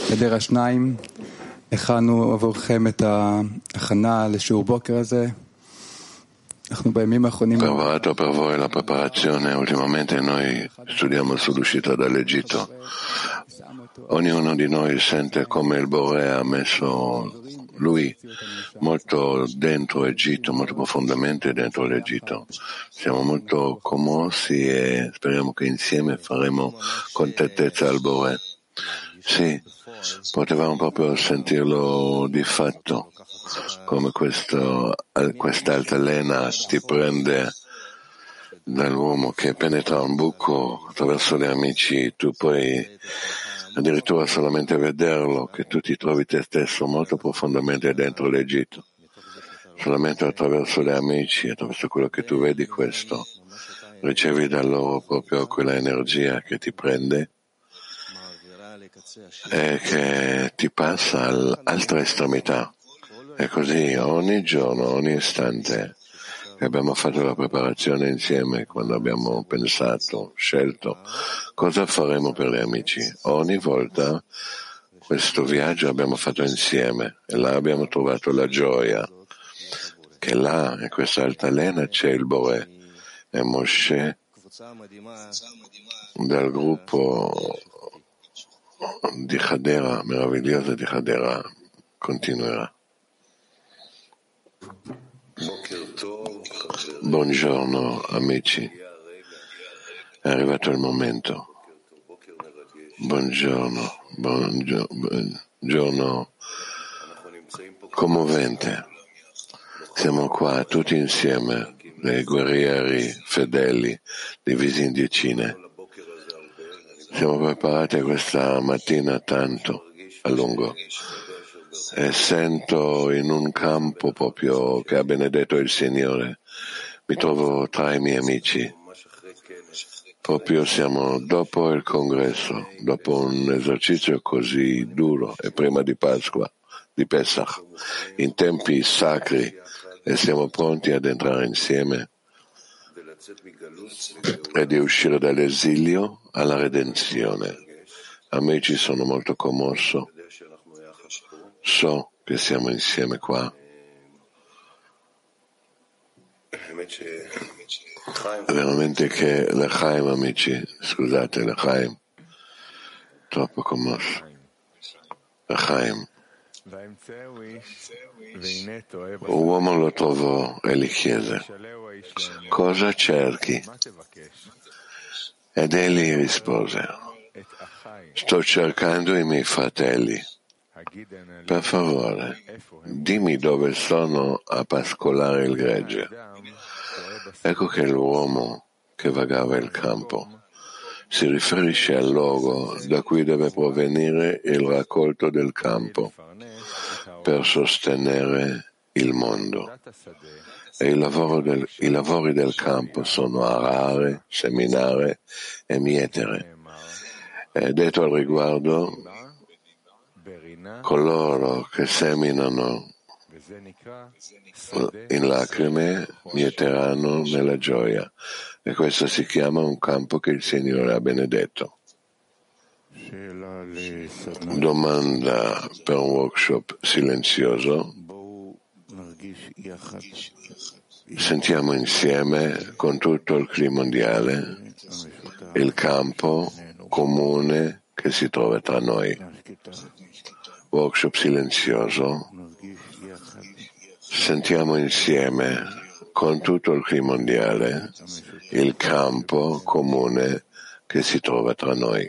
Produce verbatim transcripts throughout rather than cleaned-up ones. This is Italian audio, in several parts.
חדר השניים, הכנו עבורכם את ההכנה לשיעור בוקר הזה. אנחנו בימים האחרונים... Preparato per voi la preparazione. Ultimamente noi studiamo sull'uscita dall'Egitto. Ognuno di noi sente come il Bore ha messo lui molto dentro l'Egitto, molto profondamente dentro l'Egitto. Siamo molto commossi e speriamo che insieme faremo contentezza al Bore. Sì, potevamo proprio sentirlo di fatto, come questo, questa altalena ti prende dall'uomo che penetra un buco attraverso gli amici, tu puoi addirittura solamente vederlo, che tu ti trovi te stesso molto profondamente dentro l'Egitto. Solamente attraverso gli amici, attraverso quello che tu vedi questo, ricevi da loro proprio quella energia che ti prende e che ti passa all'altra estremità. E così ogni giorno, ogni istante che abbiamo fatto la preparazione insieme, quando abbiamo pensato, scelto cosa faremo per gli amici, ogni volta questo viaggio abbiamo fatto insieme e là abbiamo trovato la gioia, che là in questa altalena c'è il Bore e Moshe dal gruppo di Hadera, meraviglioso di Hadera, continuerà. Buongiorno amici, è arrivato il momento. Buongiorno, buongiorno, buongiorno commovente. Siamo qua tutti insieme, dei guerrieri fedeli, divisi in decine. Siamo preparati questa mattina tanto a lungo e sento in un campo proprio che ha benedetto il Signore. Mi trovo tra i miei amici. Proprio siamo dopo il congresso, dopo un esercizio così duro e prima di Pasqua, di Pesach, in tempi sacri, e siamo pronti ad entrare insieme e di uscire dall'esilio alla redenzione. Amici, sono molto commosso. So che siamo insieme qua. Veramente che l'Echaim, amici, scusate, l'Echaim, troppo commosso. L'Echaim. Un uomo lo trovò e gli chiese: cosa cerchi? Ed egli rispose: sto cercando i miei fratelli. Per favore, dimmi dove sono a pascolare il gregge. Ecco che l'uomo che vagava il campo si riferisce al luogo da cui deve provenire il raccolto del campo per sostenere il mondo. E il lavoro del, i lavori del campo sono arare, seminare e mietere. È detto al riguardo: coloro che seminano in lacrime mieteranno nella gioia, e questo si chiama un campo che il Signore ha benedetto. Domanda per un workshop silenzioso. Sentiamo insieme con tutto il clima mondiale il campo comune che si trova tra noi. Workshop silenzioso. Sentiamo insieme con tutto il clima mondiale il campo comune che si trova tra noi.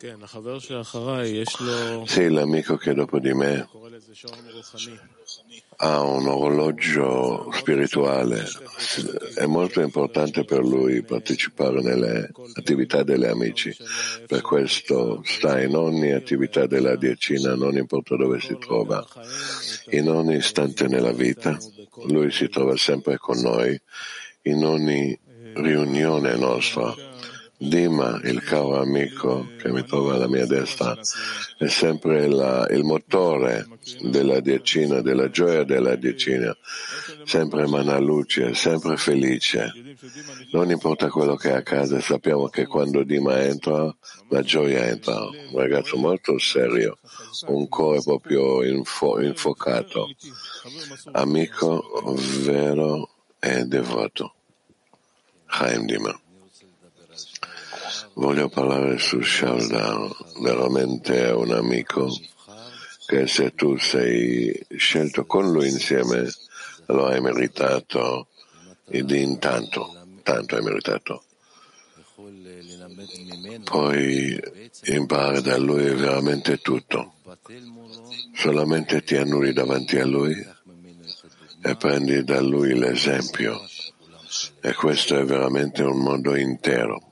Sì, l'amico che dopo di me ha un orologio spirituale. È molto importante per lui partecipare nelle attività degli amici. Per questo sta in ogni attività della decina, non importa dove si trova, in ogni istante nella vita. Lui si trova sempre con noi, in ogni riunione nostra. Dima, il caro amico che mi trova alla mia destra, è sempre la, il motore della decina, della gioia della decina, sempre emana luce, sempre felice. Non importa quello che accade, sappiamo che quando Dima entra, la gioia entra. Un ragazzo molto serio, un cuore proprio info, infocato, amico vero e devoto. Chaim Dima. Voglio parlare su Shaldar, veramente è un amico che se tu sei scelto con lui insieme, allora hai meritato ed in tanto, tanto hai meritato. Poi imparare da lui veramente tutto. Solamente ti annulli davanti a lui e prendi da lui l'esempio. E questo è veramente un mondo intero.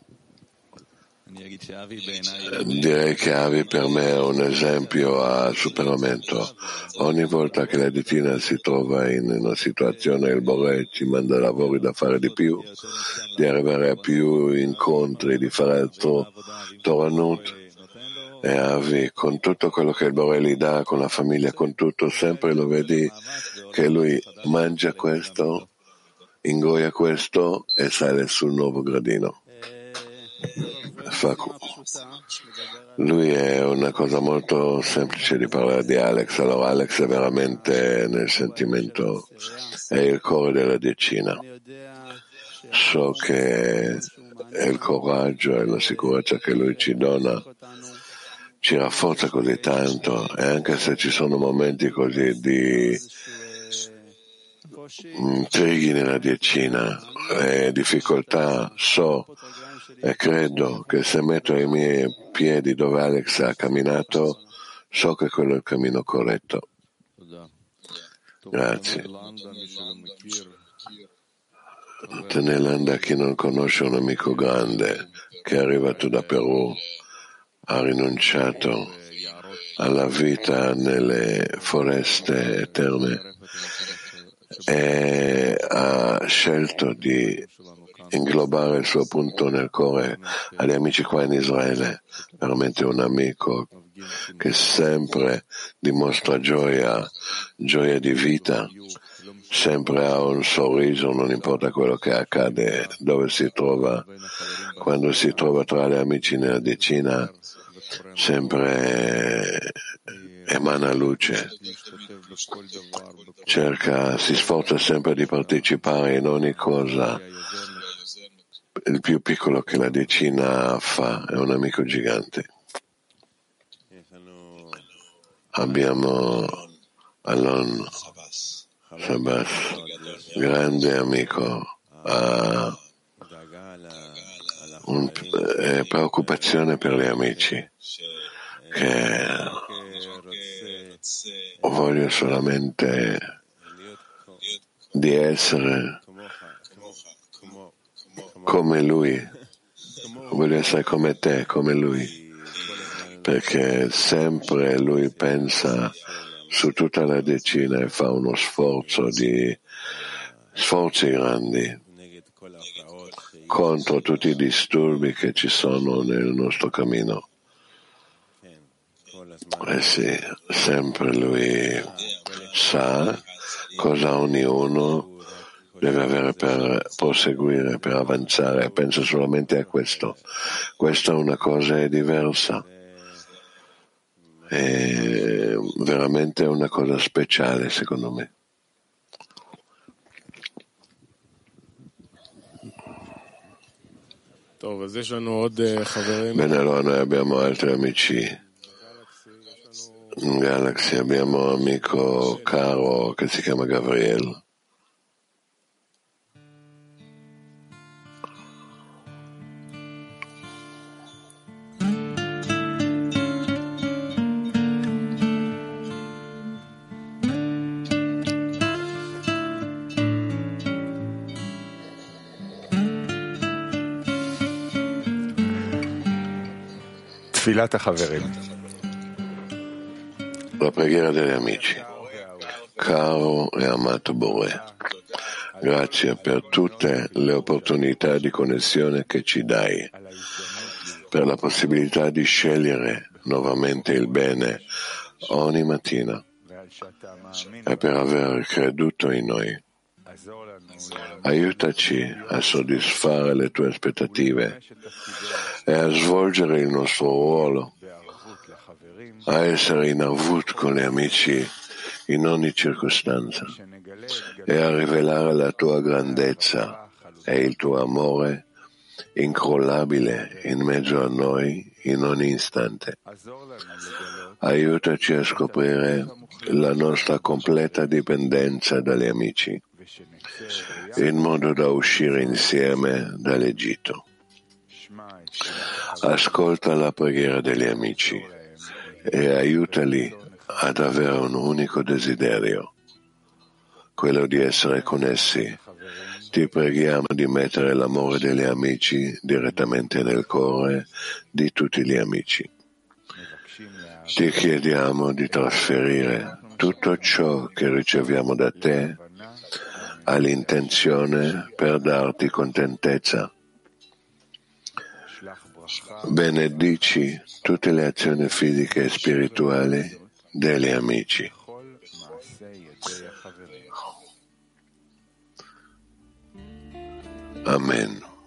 Direi che Avi per me è un esempio a superamento. Ogni volta che la decina si trova in una situazione, il Bore ci manda lavori da fare di più, di arrivare a più incontri, di fare altro Toranut. E Avi, con tutto quello che il Bore gli dà, con la famiglia, con tutto, sempre lo vedi che lui mangia questo, ingoia questo e sale sul nuovo gradino. Lui è una cosa molto semplice di parlare di Alex. Allora Alex è veramente nel sentimento, è il cuore della decina. So che è il coraggio e la sicurezza che lui ci dona, ci rafforza così tanto, e anche se ci sono momenti così di intrighi nella decina e difficoltà, so e credo che se metto i miei piedi dove Alex ha camminato, so che quello è il cammino corretto. Grazie. Tenelanda, chi non conosce un amico grande che è arrivato da Perù, ha rinunciato alla vita nelle foreste eterne e ha scelto di inglobare il suo punto nel cuore agli amici qua in Israele. Veramente un amico che sempre dimostra gioia, gioia di vita, sempre ha un sorriso, non importa quello che accade, dove si trova, quando si trova tra gli amici nella decina, sempre emana luce, cerca, si sforza sempre di partecipare in ogni cosa. Il più piccolo che la decina fa è un amico gigante. Abbiamo Alon Sabas, grande amico, ha un, eh, preoccupazione per gli amici, che voglio solamente di essere come lui, voglio essere come te, come lui, perché sempre lui pensa su tutta la decina e fa uno sforzo di sforzi grandi contro tutti i disturbi che ci sono nel nostro cammino. Eh sì, sempre lui sa cosa ognuno deve avere per proseguire, per avanzare, pensa solamente a questo. Questa è una cosa diversa, è veramente una cosa speciale secondo me. Bene, allora noi abbiamo altri amici in Galaxy, abbiamo un amico caro che si chiama Gabriel. תפילת החברים. La preghiera degli amici. Caro e amato Bore, grazie per tutte le opportunità di connessione che ci dai, per la possibilità di scegliere nuovamente il bene ogni mattina e per aver creduto in noi. Aiutaci a soddisfare le tue aspettative e a svolgere il nostro ruolo, a essere in avut con gli amici in ogni circostanza e a rivelare la tua grandezza e il tuo amore incrollabile in mezzo a noi in ogni istante. Aiutaci a scoprire la nostra completa dipendenza dagli amici, in modo da uscire insieme dall'Egitto. Ascolta la preghiera degli amici e aiutali ad avere un unico desiderio, quello di essere connessi. Ti preghiamo di mettere l'amore degli amici direttamente nel cuore di tutti gli amici. Ti chiediamo di trasferire tutto ciò che riceviamo da te all'intenzione per darti contentezza. Benedici tutte le azioni fisiche e spirituali degli amici. Amen.